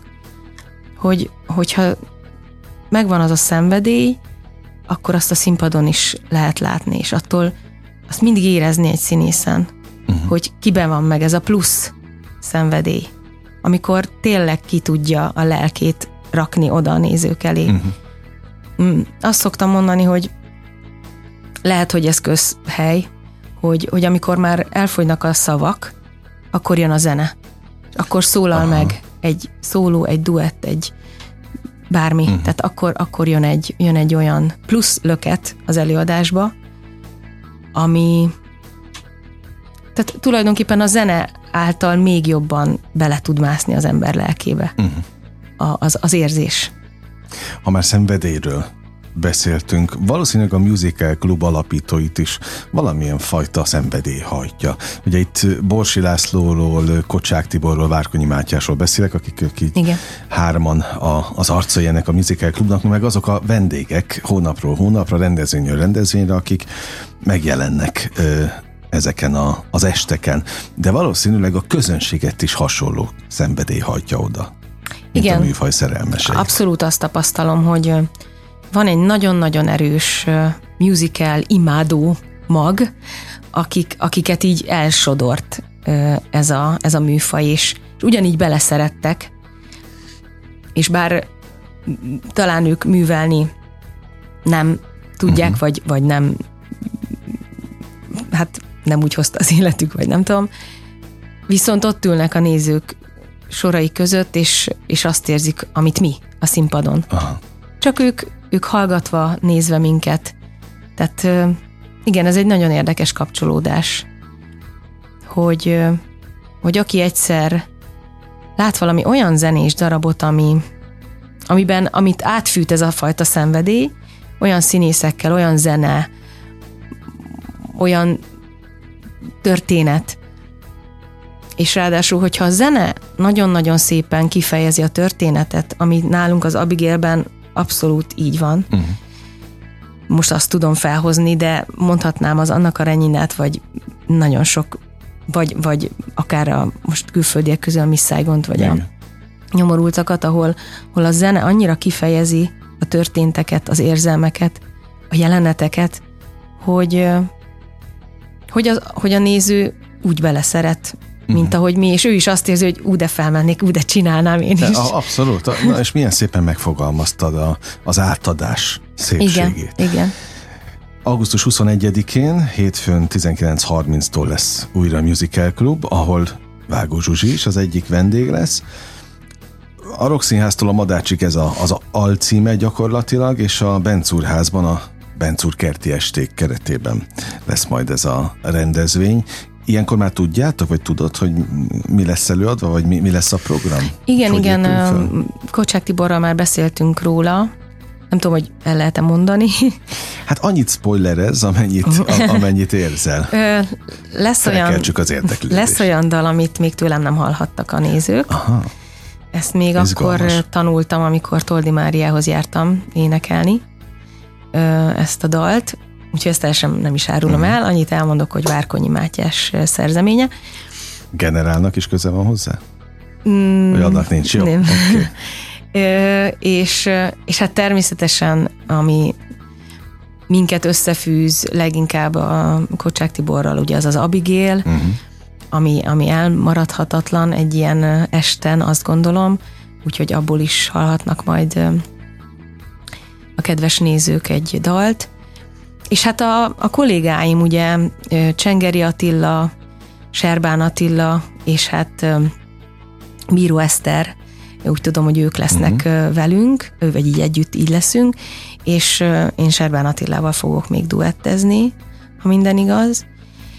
[SPEAKER 3] hogyha megvan az a szenvedély, akkor azt a színpadon is lehet látni, és attól azt mindig érezni egy színészen, hogy kiben van meg ez a plusz szenvedély, amikor tényleg ki tudja a lelkét rakni oda a nézők elé. Azt szoktam mondani, hogy lehet, hogy ez közhely, hogy amikor már elfogynak a szavak, akkor jön a zene. Akkor szólal meg egy szóló, egy duett, egy bármi. Tehát akkor jön egy olyan plusz löket az előadásba, ami tehát tulajdonképpen a zene által még jobban bele tud mászni az ember lelkébe. Az érzés.
[SPEAKER 2] Ha már szenvedélyről beszéltünk, valószínűleg a Musical Klub alapítóit is valamilyen fajta szenvedély hajtja. Ugye itt Borsi Lászlóról, Kocsák Tiborról, Várkonyi Mátyásról beszélek, akik így hárman az arcai ennek a Musical Klubnak, meg azok a vendégek hónapról hónapra, rendezvényről rendezvényre, akik megjelennek ezeken az esteken. De valószínűleg a közönséget is hasonló szenvedély hajtja oda.
[SPEAKER 3] Igen.
[SPEAKER 2] A műfaj szerelmesei.
[SPEAKER 3] Abszolút azt tapasztalom, hogy van egy nagyon-nagyon erős musical imádó mag, akiket így elsodort ez a műfaj, és ugyanígy beleszerettek, és bár talán ők művelni nem tudják, vagy nem, hát nem úgy hozta az életük, vagy nem tudom, viszont ott ülnek a nézők sorai között, és azt érzik, amit mi a színpadon.
[SPEAKER 2] Aha.
[SPEAKER 3] Csak ők hallgatva, nézve minket. Tehát igen, ez egy nagyon érdekes kapcsolódás, hogy aki egyszer lát valami olyan zenés darabot, amit átfűt ez a fajta szenvedély, olyan színészekkel, olyan zene, olyan történet, és ráadásul, hogyha a zene nagyon-nagyon szépen kifejezi a történetet, ami nálunk az Abigailben abszolút így van. Most azt tudom felhozni, de mondhatnám az Anna Kareninát, vagy nagyon sok, vagy akár most külföldiek közül a Miss Saigont, vagy a Nyomorultakat, ahol a zene annyira kifejezi a történteket, az érzelmeket, a jeleneteket, hogy a néző úgy beleszeret, mint ahogy mi, és ő is azt érzi, hogy de felmennék, de csinálnám én is.
[SPEAKER 2] Abszolút. Na, és milyen szépen megfogalmaztad az átadás szépségét.
[SPEAKER 3] Igen.
[SPEAKER 2] Augusztus 21-én, hétfőn 19:30-tól lesz újra Musical Klub, ahol Vágó Zsuzsi is az egyik vendég lesz. A Rokszínháztól a Madácsig ez az alcíme gyakorlatilag, és a Bencúrházban a Bencúr kerti esték keretében lesz majd ez a rendezvény. Ilyenkor már tudjátok, vagy tudod, hogy mi lesz előadva, vagy mi lesz a program?
[SPEAKER 3] Igen. Kocsák Tiborral már beszéltünk róla. Nem tudom, hogy el lehet-e mondani.
[SPEAKER 2] Hát annyit spoilerez, amennyit érzel. Felkeltsük az érdeklődést.
[SPEAKER 3] Lesz olyan dal, amit még tőlem nem hallhattak a nézők.
[SPEAKER 2] Aha.
[SPEAKER 3] Ezt még akkor tanultam, amikor Toldi Máriához jártam énekelni ezt a dalt, úgyhogy ezt teljesen nem is árulom el, annyit elmondok, hogy Várkonyi Mátyás szerzeménye.
[SPEAKER 2] Generálnak is köze van hozzá? Vagy annak nincs, jó?
[SPEAKER 3] Nem.
[SPEAKER 2] Okay.
[SPEAKER 3] És hát természetesen, ami minket összefűz leginkább a Kocsák Tiborral, ugye az Abigail, ami elmaradhatatlan egy ilyen esten, azt gondolom, úgyhogy abból is hallhatnak majd a kedves nézők egy dalt. És hát a kollégáim, ugye Csengeri Attila, Serbán Attila, és hát Bíró Eszter, úgy tudom, hogy ők lesznek velünk, vagy így együtt így leszünk, és én Serbán Attilával fogok még duettezni, ha minden igaz.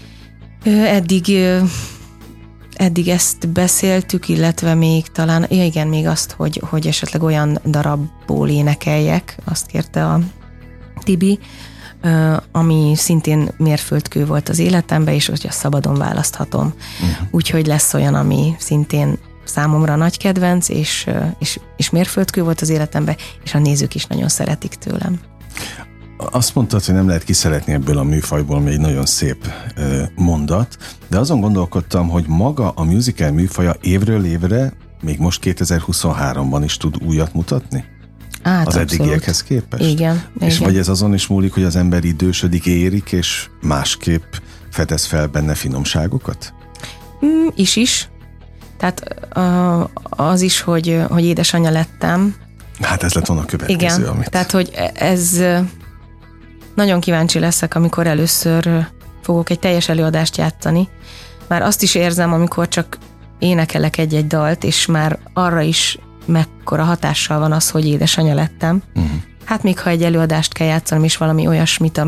[SPEAKER 3] Eddig ezt beszéltük, illetve még talán, igen, még azt, hogy esetleg olyan darabból énekeljek, azt kérte a Tibi, ami szintén mérföldkő volt az életemben, és hogy azt szabadon választhatom. Úgyhogy lesz olyan, ami szintén számomra nagy kedvenc, és mérföldkő volt az életemben, és a nézők is nagyon szeretik tőlem.
[SPEAKER 2] Azt mondtad, hogy nem lehet kiszeretni ebből a műfajból, ami egy nagyon szép mondat, de azon gondolkodtam, hogy maga a musical műfaja évről évre, még most 2023-ban is tud újat mutatni? Az eddigiekhez képest?
[SPEAKER 3] Igen.
[SPEAKER 2] És vagy ez azon is múlik, hogy az ember idősödik, érik, és másképp fedez fel benne finomságokat?
[SPEAKER 3] Is. Tehát az is, hogy édesanyja lettem.
[SPEAKER 2] Hát ez lett volna a következő,
[SPEAKER 3] igen,
[SPEAKER 2] amit...
[SPEAKER 3] tehát, hogy ez nagyon kíváncsi leszek, amikor először fogok egy teljes előadást játszani. Már azt is érzem, amikor csak énekelek egy-egy dalt, és már arra is mekkora hatással van az, hogy édesanyja lettem. Hát még ha egy előadást kell játszanom, és valami olyasmit,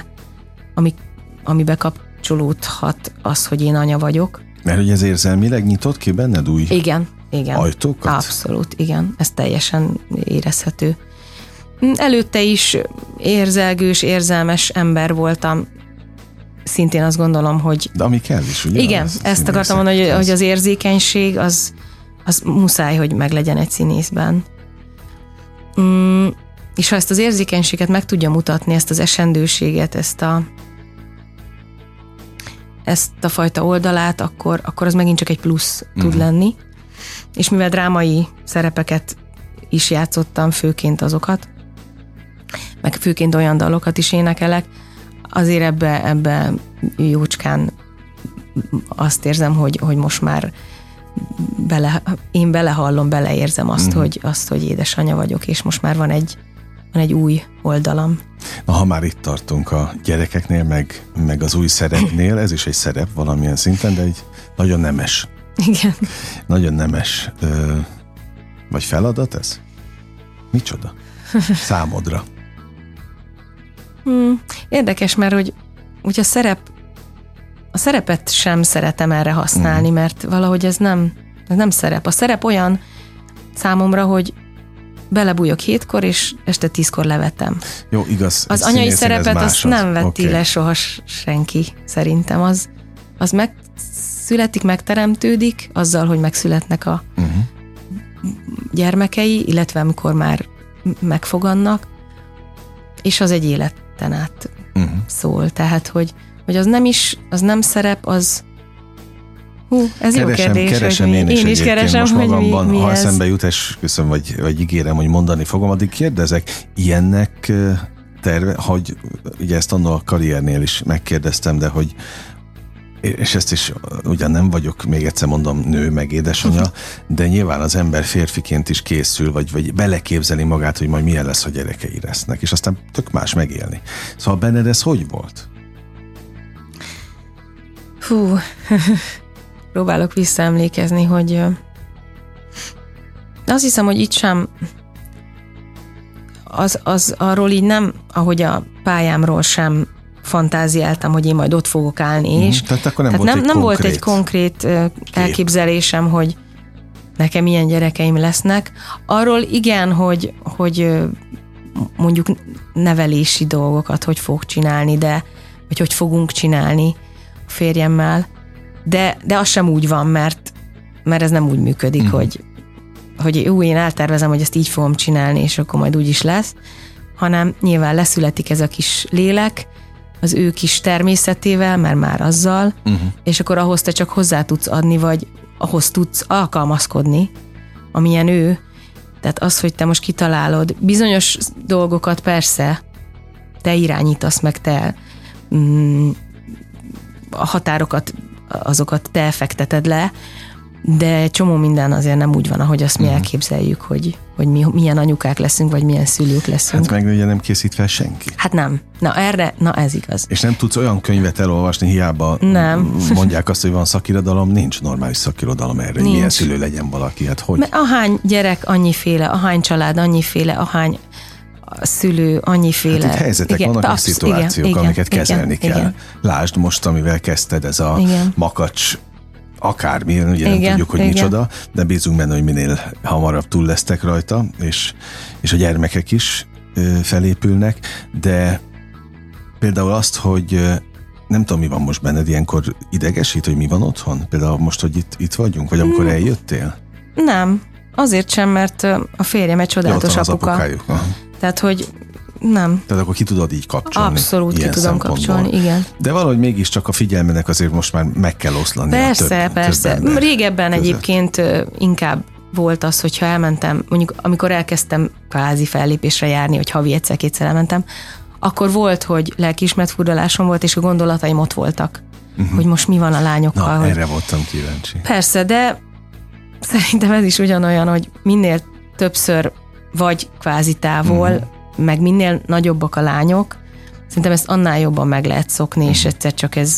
[SPEAKER 3] amibe kapcsolódhat az, hogy én anya vagyok.
[SPEAKER 2] Mert hogy ez érzelmileg nyitott ki benned új
[SPEAKER 3] igen.
[SPEAKER 2] ajtókat?
[SPEAKER 3] Abszolút, igen. Ez teljesen érezhető. Előtte is érzelgős, érzelmes ember voltam. Szintén azt gondolom, hogy...
[SPEAKER 2] De ami kell is, ugye?
[SPEAKER 3] Igen, ezt akartam mondani, hogy az érzékenység az muszáj, hogy meglegyen egy színészben. És ha ezt az érzékenységet meg tudja mutatni, ezt az esendőséget, ezt a fajta oldalát, akkor az megint csak egy plusz tud lenni. És mivel drámai szerepeket is játszottam, főként azokat, meg főként olyan dalokat is énekelek, azért ebbe jócskán azt érzem, hogy most már én belehallom, beleérzem azt, hogy édesanyja vagyok, és most már van egy új oldalam.
[SPEAKER 2] Na, ha már itt tartunk a gyerekeknél, meg az új szerepnél, ez is egy szerep valamilyen szinten, de egy nagyon nemes.
[SPEAKER 3] Igen. Nagyon
[SPEAKER 2] nemes. Vagy feladat ez? Micsoda? Számodra.
[SPEAKER 3] Érdekes, mert hogy a szerepet sem szeretem erre használni, mert valahogy ez nem szerep. A szerep olyan számomra, hogy belebújok 7-kor, és este 10-kor levetem.
[SPEAKER 2] Jó, igaz.
[SPEAKER 3] Az anyai szerepet azt nem vetti le soha senki, szerintem. Az megszületik, megteremtődik, azzal, hogy megszületnek a gyermekei, illetve amikor már megfogannak, és az egy életen át szól. Tehát, hogy az nem szerep, ez jó kérdés.
[SPEAKER 2] Keresem én is
[SPEAKER 3] keresem,
[SPEAKER 2] most magamban,
[SPEAKER 3] mi
[SPEAKER 2] ha
[SPEAKER 3] ez?
[SPEAKER 2] eszembe jut, esküszöm, vagy ígérem, hogy mondani fogom, addig kérdezek, ilyennek terve, hogy ugye ezt annól a karriernél is megkérdeztem, de hogy és ezt is ugyan nem vagyok, még egyszer mondom, nő meg édesanyja, de nyilván az ember férfiként is készül, vagy beleképzeli magát, hogy majd milyen lesz, a gyerekei lesznek, és aztán tök más megélni. Szóval benned ez hogy volt?
[SPEAKER 3] Próbálok visszaemlékezni, hogy azt hiszem, hogy itt sem az arról így nem, ahogy a pályámról sem fantáziáltam, hogy én majd ott fogok állni, és
[SPEAKER 2] tehát akkor nem
[SPEAKER 3] volt egy konkrét elképzelésem, hogy nekem ilyen gyerekeim lesznek. Arról igen, hogy mondjuk nevelési dolgokat hogy fog csinálni, vagy hogy fogunk csinálni a férjemmel, de az sem úgy van, mert ez nem úgy működik, hogy jó, én eltervezem, hogy ezt így fogom csinálni, és akkor majd úgy is lesz, hanem nyilván leszületik ez a kis lélek, az ő kis természetével, mert már azzal, és akkor ahhoz te csak hozzá tudsz adni, vagy ahhoz tudsz alkalmazkodni, amilyen ő. Tehát az, hogy te most kitalálod, bizonyos dolgokat persze te irányítasz, meg te a határokat, azokat te fekteted le, de csomó minden azért nem úgy van, ahogy azt mi elképzeljük, hogy mi milyen anyukák leszünk, vagy milyen szülők leszünk.
[SPEAKER 2] Hát meg ugye nem készít fel senki.
[SPEAKER 3] Hát nem. Ez igaz.
[SPEAKER 2] És nem tudsz olyan könyvet elolvasni, hiába
[SPEAKER 3] nem.
[SPEAKER 2] Mondják azt, hogy van szakirodalom, nincs normális szakirodalom erre, hogy milyen szülő legyen valaki. Hát hogy?
[SPEAKER 3] Mert ahány gyerek annyiféle, ahány család annyiféle, ahány szülő annyiféle.
[SPEAKER 2] Hát itt helyzetek vannak, és szituációk, amiket kezelni kell. Igen. Lásd most, amivel kezdted, ez a makacs akármilyen, ugye nem tudjuk, hogy micsoda, de bízunk benne, hogy minél hamarabb túl lesztek rajta, és a gyermekek is felépülnek, de például azt, hogy nem tudom, mi van most benned, ilyenkor idegesít, hogy mi van otthon? Például most, hogy itt vagyunk, vagy amikor eljöttél?
[SPEAKER 3] Nem, azért sem, mert a férjem egy csodálatos apuka. Tehát, hogy nem. Tehát
[SPEAKER 2] akkor ki tudod így kapcsolni?
[SPEAKER 3] Abszolút ki tudom kapcsolni, igen.
[SPEAKER 2] De valahogy mégiscsak a figyelmenek azért most már meg kell oszlani.
[SPEAKER 3] Persze. Régebben régebben inkább volt az, hogyha elmentem, mondjuk amikor elkezdtem kvázi fellépésre járni, hogy havi egyszer-kétszer elmentem, akkor volt, hogy lelkiismert furdalásom volt, és a gondolataim ott voltak, hogy most mi van a lányokkal.
[SPEAKER 2] Na, erre voltam kíváncsi.
[SPEAKER 3] Persze, de szerintem ez is ugyanolyan, hogy minél többször vagy kvázi távol, meg minél nagyobbak a lányok, szerintem ezt annál jobban meg lehet szokni, és egyszer csak ez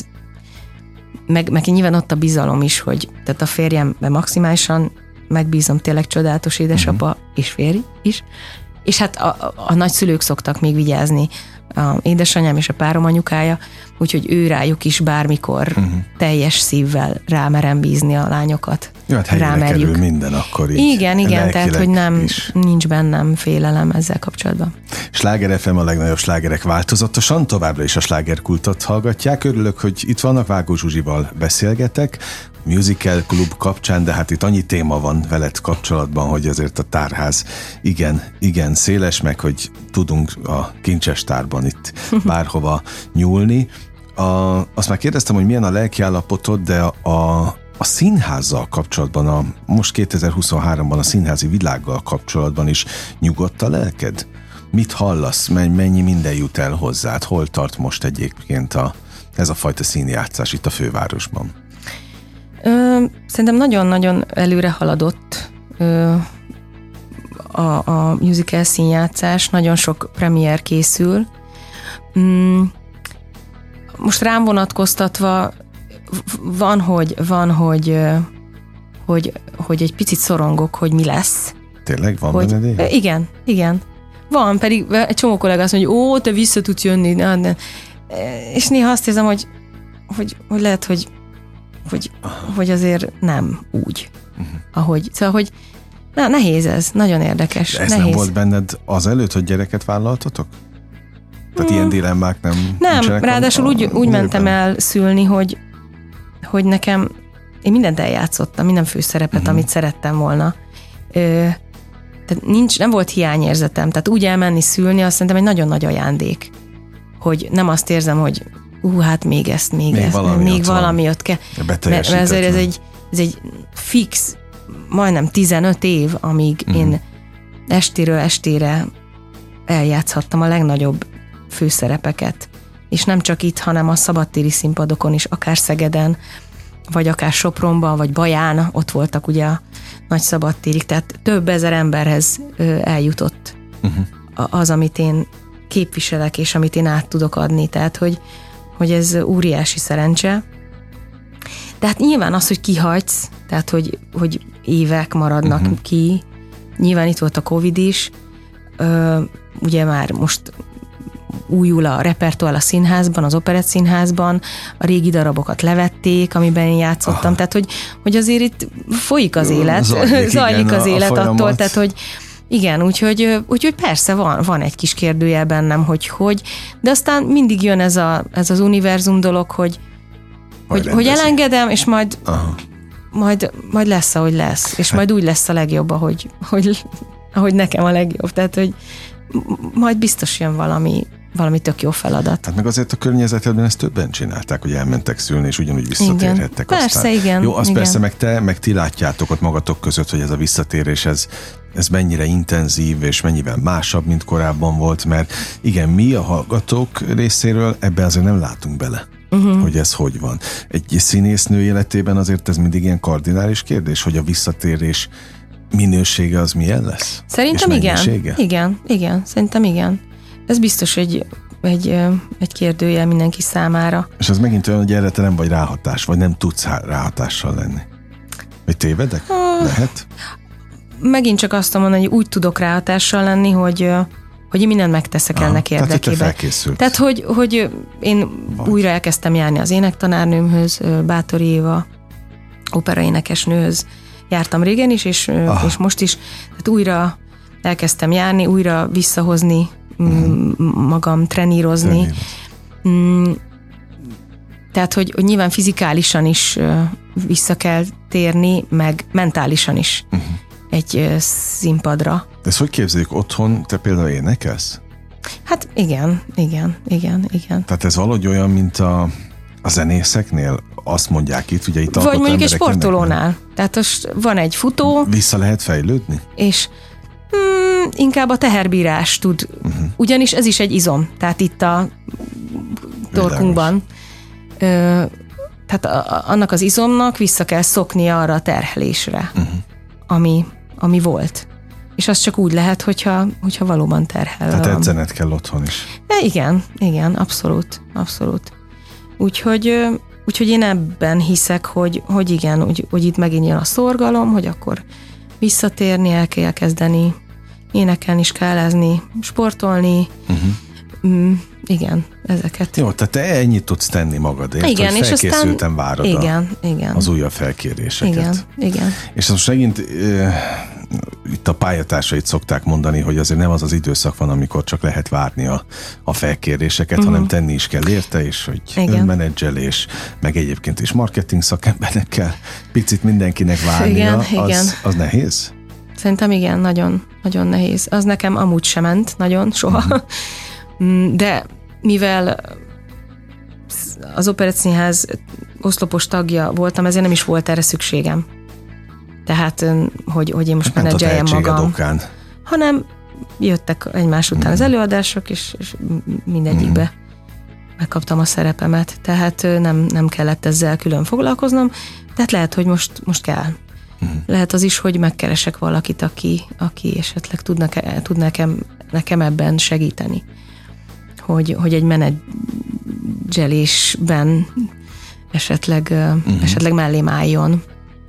[SPEAKER 3] meg nyilván ott a bizalom is, hogy tehát a férjemben maximálisan megbízom, tényleg csodálatos édesapa és férj is, és hát a nagyszülők szoktak még vigyázni, a édesanyám és a párom anyukája, úgyhogy ő rájuk is bármikor teljes szívvel rámerem bízni a lányokat.
[SPEAKER 2] Jó, hát helyre kerül minden akkor így.
[SPEAKER 3] Igen, tehát hogy nincs bennem félelem ezzel kapcsolatban.
[SPEAKER 2] Sláger FM, a legnagyobb slágerek változatosan, továbbra is a slágerkultot hallgatják. Örülök, hogy itt vannak, Vágó Zsuzsival beszélgetek, Musical Klub kapcsán, de hát itt annyi téma van veled kapcsolatban, hogy azért a tárház igen széles, meg hogy tudunk a kincses tárban itt bárhova nyúlni. Azt már kérdeztem, hogy milyen a lelkiállapotod, de a színházzal kapcsolatban, most 2023-ban a színházi világgal kapcsolatban is nyugodt a lelked? Mit hallasz? Mennyi minden jut el hozzád? Hol tart most egyébként ez a fajta színjátszás itt a fővárosban?
[SPEAKER 3] Szerintem nagyon-nagyon előre haladott a musical színjátszás, nagyon sok premier készül. Most rám vonatkoztatva van, hogy egy picit szorongok, hogy mi lesz.
[SPEAKER 2] Tényleg van benned?
[SPEAKER 3] Igen. Van, pedig egy csomó kollega azt mondja, hogy te vissza tudsz jönni. És néha azt érzem, hogy lehet, hogy azért nem úgy, ahogy. Szóval, hogy nehéz ez, nagyon érdekes.
[SPEAKER 2] De ez nehéz. Nem volt benned azelőtt, hogy gyereket vállaltatok? Tehát ilyen dilemmák
[SPEAKER 3] nem, ráadásul úgy mentem el szülni, hogy nekem, én mindent eljátszottam, minden főszerepet, amit szerettem volna. Tehát nem volt hiányérzetem, tehát úgy elmenni szülni, azt szerintem egy nagyon nagy ajándék, hogy nem azt érzem, hogy hát még valami ott kell. Mert ez egy fix, majdnem 15 év, amíg én estéről estére eljátszhattam a legnagyobb főszerepeket. És nem csak itt, hanem a szabadtéri színpadokon is, akár Szegeden, vagy akár Sopronban, vagy Baján, ott voltak ugye a nagy szabadtérik, tehát több ezer emberhez eljutott az, amit én képviselek, és amit én át tudok adni, tehát hogy ez óriási szerencse. De hát nyilván az, hogy kihagysz, tehát hogy évek maradnak ki, nyilván itt volt a Covid is, ugye már most újul a repertoár a színházban, az Operettszínházban, a régi darabokat levették, amiben én játszottam, tehát hogy azért itt folyik az élet, zajlik az élet attól, tehát Igen, úgyhogy persze van egy kis kérdőjel bennem, hogy, de aztán mindig jön ez az univerzum dolog, hogy elengedem, és majd lesz, ahogy lesz, és majd úgy lesz a legjobb, ahogy nekem a legjobb. Tehát, hogy majd biztos jön valami tök jó feladat.
[SPEAKER 2] Hát meg azért a környezetedben ezt többen csinálták, hogy elmentek szülni, és ugyanúgy visszatérhettek.
[SPEAKER 3] Igen. Persze, igen.
[SPEAKER 2] Jó, azt
[SPEAKER 3] igen.
[SPEAKER 2] persze, meg ti látjátok ott magatok között, hogy ez a visszatérés, ez mennyire intenzív, és mennyivel másabb, mint korábban volt, mert igen, mi a hallgatók részéről ebbe azért nem látunk bele. Hogy ez hogy van. Egy színésznő életében azért ez mindig ilyen kardinális kérdés, hogy a visszatérés minősége az milyen lesz?
[SPEAKER 3] Szerintem igen. Szerintem igen. Ez biztos egy kérdőjel mindenki számára.
[SPEAKER 2] És ez megint olyan, hogy erre te nem vagy ráhatás, vagy nem tudsz ráhatással lenni. Vagy tévedek? Lehet?
[SPEAKER 3] Megint csak azt mondani, hogy úgy tudok ráhatással lenni, hogy én mindent megteszek ennek érdekében. Tehát, hogy én újra elkezdtem járni az énektanárnőmhöz, Báthori Éva operaénekesnőhöz jártam régen is, és most is. Tehát újra elkezdtem járni, újra visszahozni magam, trenírozni. Tehát, hogy nyilván fizikálisan is vissza kell térni, meg mentálisan is egy színpadra.
[SPEAKER 2] De ezt hogy képzeljük otthon? Te például énekelsz?
[SPEAKER 3] Hát igen.
[SPEAKER 2] Tehát ez valahogy olyan, mint a zenészeknél? Azt mondják itt, ugye itt
[SPEAKER 3] vagy mondjuk egy sportolónál. Tehát most van egy futó.
[SPEAKER 2] Vissza lehet fejlődni?
[SPEAKER 3] És inkább a teherbírás tud. Ugyanis ez is egy izom. Tehát itt a torkunkban. Tehát annak az izomnak vissza kell szoknia arra a terhelésre, ami volt. És az csak úgy lehet, hogyha valóban terhel.
[SPEAKER 2] Tehát edzened kell otthon is.
[SPEAKER 3] Igen, abszolút. Úgyhogy én ebben hiszek, hogy igen, hogy itt megint jön a szorgalom, hogy akkor visszatérni, el kell kezdeni énekelni, skálázni, sportolni. Igen, ezeket.
[SPEAKER 2] Jó, tehát te ennyit tudsz tenni magadért,
[SPEAKER 3] igen,
[SPEAKER 2] hogy felkészülten várod
[SPEAKER 3] igen.
[SPEAKER 2] az újabb felkéréseket.
[SPEAKER 3] Igen.
[SPEAKER 2] És most megint itt a pályatársait szokták mondani, hogy azért nem az az időszak van, amikor csak lehet várni a felkéréseket, hanem tenni is kell érte, és hogy önmenedzselés, meg egyébként is marketing szakemberekkel picit mindenkinek várnia, az nehéz?
[SPEAKER 3] Szerintem igen, nagyon, nagyon nehéz. Az nekem amúgy sem ment, nagyon, soha. De mivel az Operettszínház oszlopos tagja voltam, ezért nem is volt erre szükségem. Tehát, hogy én most menedzseljem magam.
[SPEAKER 2] Okán.
[SPEAKER 3] Hanem jöttek egymás után az előadások, és mindegyikbe megkaptam a szerepemet. Tehát nem kellett ezzel külön foglalkoznom. Tehát lehet, hogy most kell. Lehet az is, hogy megkeresek valakit, aki esetleg tud nekem ebben segíteni. Hogy egy menedzselésben esetleg mellém álljon.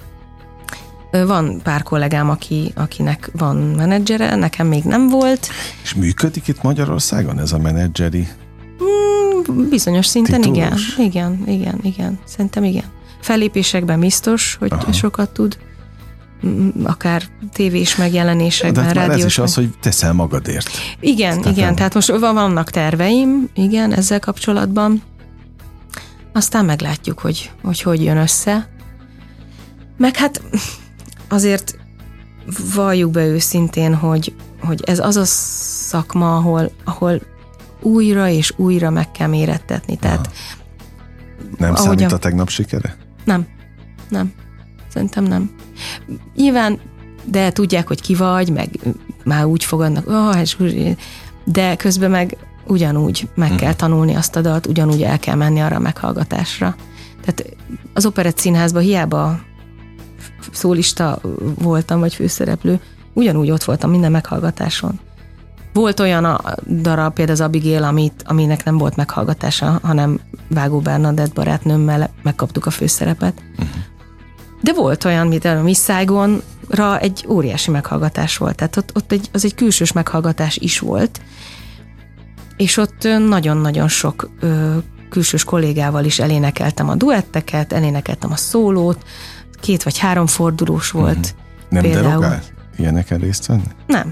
[SPEAKER 3] Van pár kollégám, akinek van menedzsere, nekem még nem volt.
[SPEAKER 2] És működik itt Magyarországon ez a menedzseri?
[SPEAKER 3] Bizonyos szinten
[SPEAKER 2] titulus?
[SPEAKER 3] Igen. Szerintem igen. Fellépésekben biztos, hogy sokat tud. Akár tévés megjelenésekben,
[SPEAKER 2] rádiós. De ez is
[SPEAKER 3] meg...
[SPEAKER 2] az, hogy teszel magadért.
[SPEAKER 3] Igen, tehát most vannak terveim, igen, ezzel kapcsolatban. Aztán meglátjuk, hogy jön össze. Meg hát azért valljuk be őszintén, hogy ez az a szakma, ahol újra és újra meg kell mérettetni. Tehát,
[SPEAKER 2] nem számít a tegnap sikere?
[SPEAKER 3] Nem. Szerintem nem. Nyilván, de tudják, hogy ki vagy, meg már úgy fogadnak, de közben meg ugyanúgy meg kell tanulni azt a dalt, ugyanúgy el kell menni arra a meghallgatásra. Tehát az Operettszínházban hiába szólista voltam, vagy főszereplő, ugyanúgy ott voltam minden meghallgatáson. Volt olyan a darab, például az Abigail, aminek nem volt meghallgatása, hanem Vágó Bernadett barátnőmmel megkaptuk a főszerepet. De volt olyan, mint a Miss Saigonra egy óriási meghallgatás volt. Tehát ott az egy külsős meghallgatás is volt. És ott nagyon-nagyon sok külsős kollégával is elénekeltem a duetteket, elénekeltem a szólót, 2 vagy 3 fordulós volt.
[SPEAKER 2] Nem derogál ilyeneken részt venni?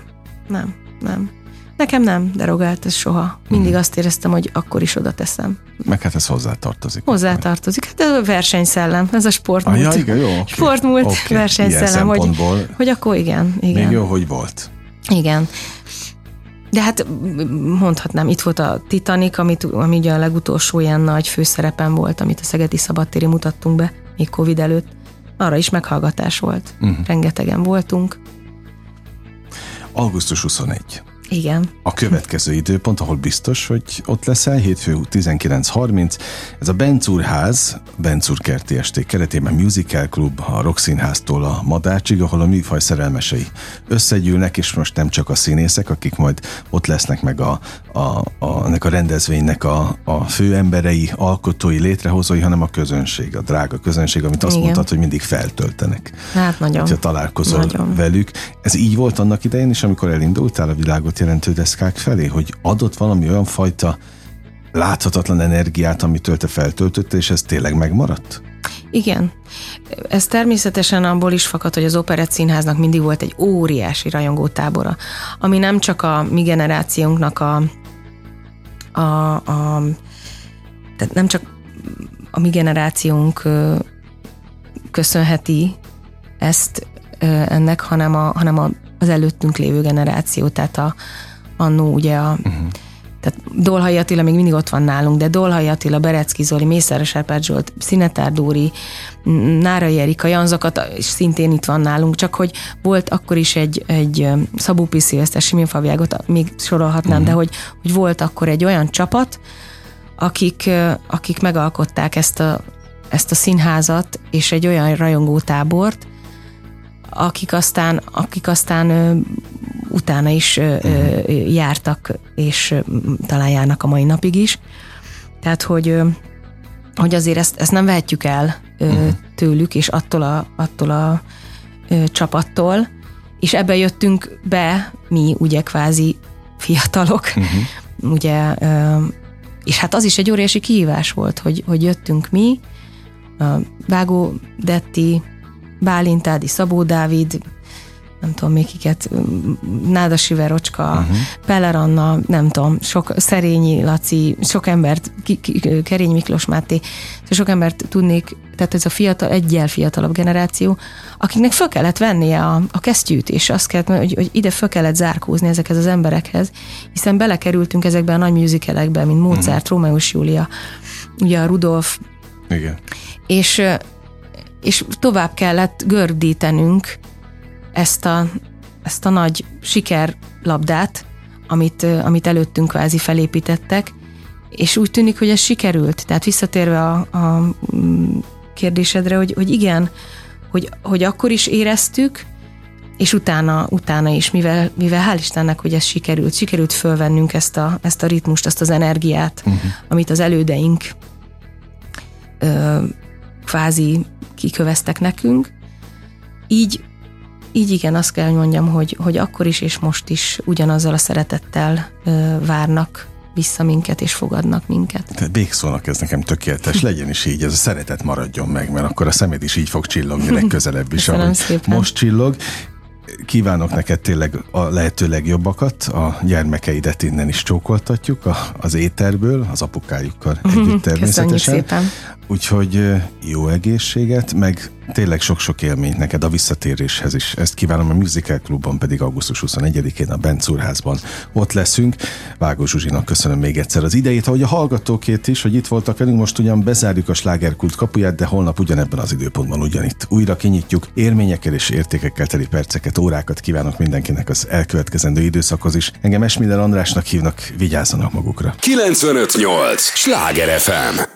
[SPEAKER 3] Nem. Nekem nem derogált ez soha. Mindig azt éreztem, hogy akkor is oda teszem.
[SPEAKER 2] Meg hát ez hozzátartozik.
[SPEAKER 3] Hát ez a versenyszellem, ez a sportmúlt.
[SPEAKER 2] Ja, igen, jó. Okay.
[SPEAKER 3] Sportmúlt, versenyszellem, hogy akkor igen.
[SPEAKER 2] Még jó, hogy volt.
[SPEAKER 3] Igen. De hát mondhatnám, itt volt a Titanic, ami ugye a legutolsó ilyen nagy főszerepen volt, amit a Szegedi Szabadtéri mutattunk be, még Covid előtt. Arra is meghallgatás volt. Rengetegen voltunk.
[SPEAKER 2] Augusztus 21.
[SPEAKER 3] Igen.
[SPEAKER 2] A következő időpont, ahol biztos, hogy ott leszel, hétfő 19:30. Ez a Bencúrház, Bencúr kerti esték keretében Musical Club, a Rokszínháztól a Madácsig, ahol a műfaj szerelmesei összegyűlnek, és most nem csak a színészek, akik majd ott lesznek meg ennek a rendezvénynek a főemberei, alkotói, létrehozói, hanem a közönség, a drága közönség, amit azt mondtad, hogy mindig feltöltenek.
[SPEAKER 3] Hát nagyon.
[SPEAKER 2] Hogyha találkozol velük. Ez így volt annak idején is, amikor elindultál a világot jelentő deszkák felé, hogy adott valami olyan fajta láthatatlan energiát, amitől te feltöltötte, és ez tényleg megmaradt?
[SPEAKER 3] Igen. Ez természetesen abból is fakad, hogy az Operett Színháznak mindig volt egy óriási rajongótábora, ami nem csak a mi generációnknak tehát nem csak a mi generációnk köszönheti ezt ennek, hanem az előttünk lévő generáció, tehát annó ugye tehát Dolhai Attila még mindig ott van nálunk, de Dolhai Attila, Berecki Zoli, Mészáros Árpád Zsolt, Szinetár Dóri, Nárai Erika, Janzakat szintén itt van nálunk, csak hogy volt akkor is egy Szabó Piszi, ezt a Siménfalviágot még sorolhatnám, de hogy volt akkor egy olyan csapat, akik megalkották ezt a színházat, és egy olyan rajongótábort, akik aztán utána is jártak, és talán járnak a mai napig is. Tehát, hogy azért ezt nem vehetjük el tőlük, és attól a csapattól, és ebbe jöttünk be mi, ugye kvázi fiatalok, ugye, és hát az is egy óriási kihívás volt, hogy jöttünk mi, Vágó Detti, Bálint Ádi, Szabó Dávid, nem tudom még kiket, Náda Siverocska, Peller Anna, nem tudom, sok Szerényi Laci, sok embert, Kerény Miklós Máté, sok embert tudnék, tehát ez a egyel fiatalabb generáció, akiknek föl kellett vennie a kesztyűt, és azt kellett, hogy ide föl kellett zárkózni ezekhez az emberekhez, hiszen belekerültünk ezekbe a nagy musicalekbe, mint Mozart, Rómeó és Júlia, ugye a Rudolf.
[SPEAKER 2] Igen.
[SPEAKER 3] És tovább kellett gördítenünk ezt a nagy sikerlabdát, amit előttünk kvázi felépítettek, és úgy tűnik, hogy ez sikerült. Tehát visszatérve a kérdésedre, hogy igen, hogy akkor is éreztük, és utána is, mivel hál' Istennek, hogy ez sikerült fölvennünk ezt a ritmust, azt az energiát, amit az elődeink kvázi kiköveztek nekünk. Így igen, azt kell, hogy mondjam, hogy akkor is és most is ugyanazzal a szeretettel várnak vissza minket, és fogadnak minket.
[SPEAKER 2] Tehát végszónak ez nekem tökéletes, legyen is így, ez a szeretet maradjon meg, mert akkor a szemed is így fog csillogni legközelebb is, ahogy most csillog. Kívánok neked tényleg a lehető legjobbakat, a gyermekeidet innen is csókoltatjuk az éterből, az apukájukkal együtt természetesen.
[SPEAKER 3] Köszönjük szépen.
[SPEAKER 2] Úgyhogy jó egészséget, meg tényleg sok-sok élményt neked a visszatéréshez is. Ezt kívánom, a Musical Clubban pedig augusztus 21-én a Bencúrházban ott leszünk. Vágó Zsuzsinak köszönöm még egyszer az idejét, ahogy a hallgatókét is, hogy itt voltak velünk. Most ugyan bezárjuk a slágerkult kapuját, de holnap ugyanebben az időpontban ugyanitt újra kinyitjuk. Élményekkel és értékekkel teli perceket, órákat kívánok mindenkinek az elkövetkezendő időszakhoz is. Engem Esmiller Andrásnak hívnak, vigyázzanak magukra.
[SPEAKER 1] 95.8 Sláger FM.